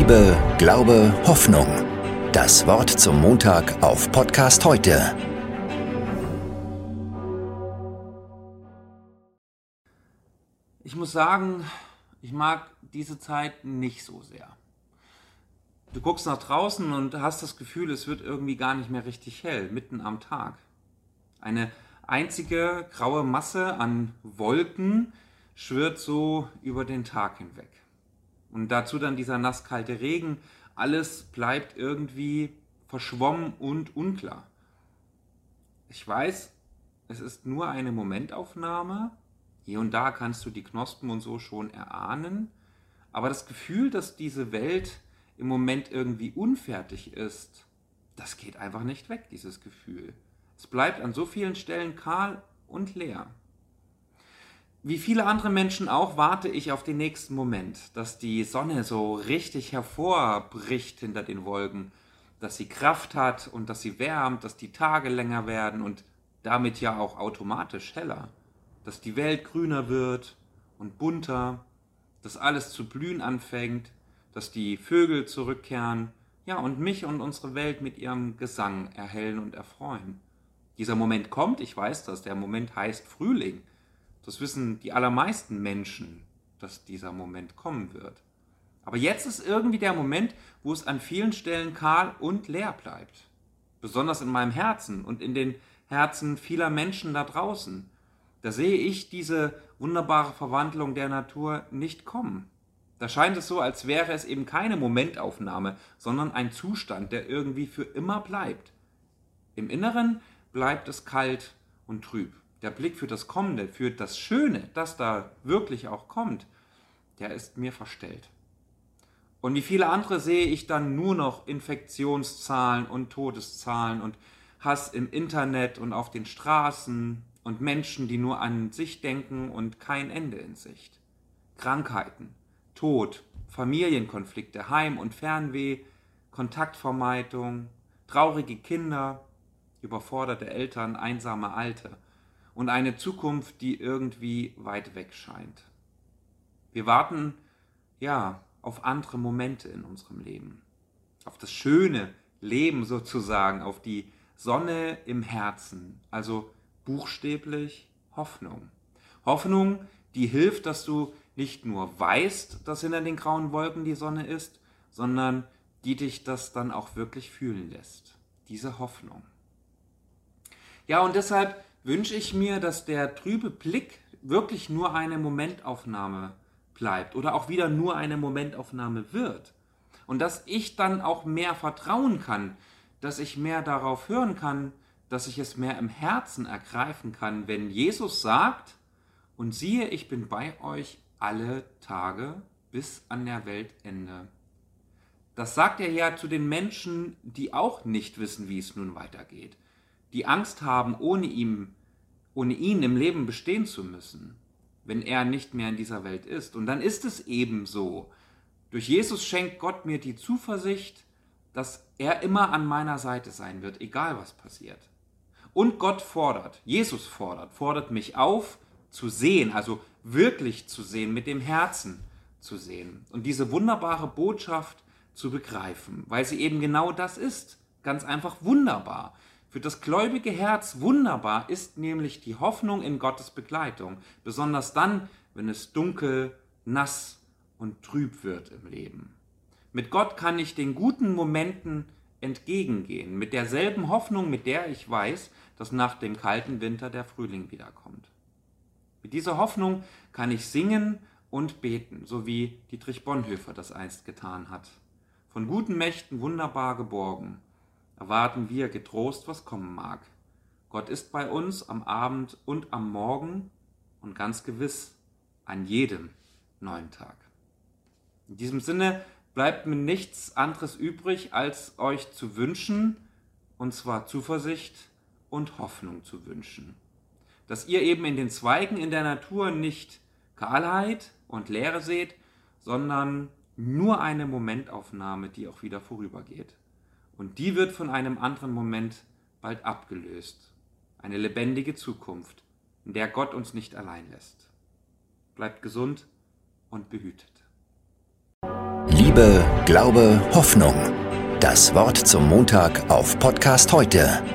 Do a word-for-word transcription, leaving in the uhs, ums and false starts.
Liebe, Glaube, Hoffnung. Das Wort zum Montag auf Podcast heute. Ich muss sagen, ich mag diese Zeit nicht so sehr. Du guckst nach draußen und hast das Gefühl, es wird irgendwie gar nicht mehr richtig hell, mitten am Tag. Eine einzige graue Masse an Wolken schwirrt so über den Tag hinweg. Und dazu dann dieser nasskalte Regen. Alles bleibt irgendwie verschwommen und unklar. Ich weiß, es ist nur eine Momentaufnahme. Hier und da kannst du die Knospen und so schon erahnen. Aber das Gefühl, dass diese Welt im Moment irgendwie unfertig ist, das geht einfach nicht weg, dieses Gefühl. Es bleibt an so vielen Stellen kahl und leer. Wie viele andere Menschen auch warte ich auf den nächsten Moment, dass die Sonne so richtig hervorbricht hinter den Wolken, dass sie Kraft hat und dass sie wärmt, dass die Tage länger werden und damit ja auch automatisch heller, dass die Welt grüner wird und bunter, dass alles zu blühen anfängt, dass die Vögel zurückkehren, ja, und mich und unsere Welt mit ihrem Gesang erhellen und erfreuen. Dieser Moment kommt, ich weiß das, der Moment heißt Frühling. Das wissen die allermeisten Menschen, dass dieser Moment kommen wird. Aber jetzt ist irgendwie der Moment, wo es an vielen Stellen kahl und leer bleibt. Besonders in meinem Herzen und in den Herzen vieler Menschen da draußen. Da sehe ich diese wunderbare Verwandlung der Natur nicht kommen. Da scheint es so, als wäre es eben keine Momentaufnahme, sondern ein Zustand, der irgendwie für immer bleibt. Im Inneren bleibt es kalt und trüb. Der Blick für das Kommende, für das Schöne, das da wirklich auch kommt, der ist mir verstellt. Und wie viele andere sehe ich dann nur noch Infektionszahlen und Todeszahlen und Hass im Internet und auf den Straßen und Menschen, die nur an sich denken und kein Ende in Sicht. Krankheiten, Tod, Familienkonflikte, Heim- und Fernweh, Kontaktvermeidung, traurige Kinder, überforderte Eltern, einsame Alte und eine Zukunft, die irgendwie weit weg scheint. Wir warten, ja, auf andere Momente in unserem Leben, auf das schöne Leben sozusagen, auf die Sonne im Herzen, also buchstäblich Hoffnung. Hoffnung, die hilft, dass du nicht nur weißt, dass hinter den grauen Wolken die Sonne ist, sondern die dich das dann auch wirklich fühlen lässt. Diese Hoffnung. Ja, und deshalb wünsche ich mir, dass der trübe Blick wirklich nur eine Momentaufnahme bleibt oder auch wieder nur eine Momentaufnahme wird. Und dass ich dann auch mehr vertrauen kann, dass ich mehr darauf hören kann, dass ich es mehr im Herzen ergreifen kann, wenn Jesus sagt, und siehe, ich bin bei euch alle Tage bis an der Weltende. Das sagt er ja zu den Menschen, die auch nicht wissen, wie es nun weitergeht, die Angst haben, ohne ihn, ohne ihn im Leben bestehen zu müssen, wenn er nicht mehr in dieser Welt ist. Und dann ist es eben so. Durch Jesus schenkt Gott mir die Zuversicht, dass er immer an meiner Seite sein wird, egal was passiert. Und Gott fordert, Jesus fordert, fordert mich auf, zu sehen, also wirklich zu sehen, mit dem Herzen zu sehen und diese wunderbare Botschaft zu begreifen, weil sie eben genau das ist, ganz einfach wunderbar. Für das gläubige Herz wunderbar ist nämlich die Hoffnung in Gottes Begleitung, besonders dann, wenn es dunkel, nass und trüb wird im Leben. Mit Gott kann ich den guten Momenten entgegengehen, mit derselben Hoffnung, mit der ich weiß, dass nach dem kalten Winter der Frühling wiederkommt. Mit dieser Hoffnung kann ich singen und beten, so wie Dietrich Bonhoeffer das einst getan hat. Von guten Mächten wunderbar geborgen, erwarten wir getrost, was kommen mag. Gott ist bei uns am Abend und am Morgen und ganz gewiss an jedem neuen Tag. In diesem Sinne bleibt mir nichts anderes übrig, als euch zu wünschen, und zwar Zuversicht und Hoffnung zu wünschen. Dass ihr eben in den Zweigen in der Natur nicht Kahlheit und Leere seht, sondern nur eine Momentaufnahme, die auch wieder vorübergeht. Und die wird von einem anderen Moment bald abgelöst. Eine lebendige Zukunft, in der Gott uns nicht allein lässt. Bleibt gesund und behütet. Liebe Liebe, Glaube, Hoffnung. Das Wort zum Montag auf Podcast heute.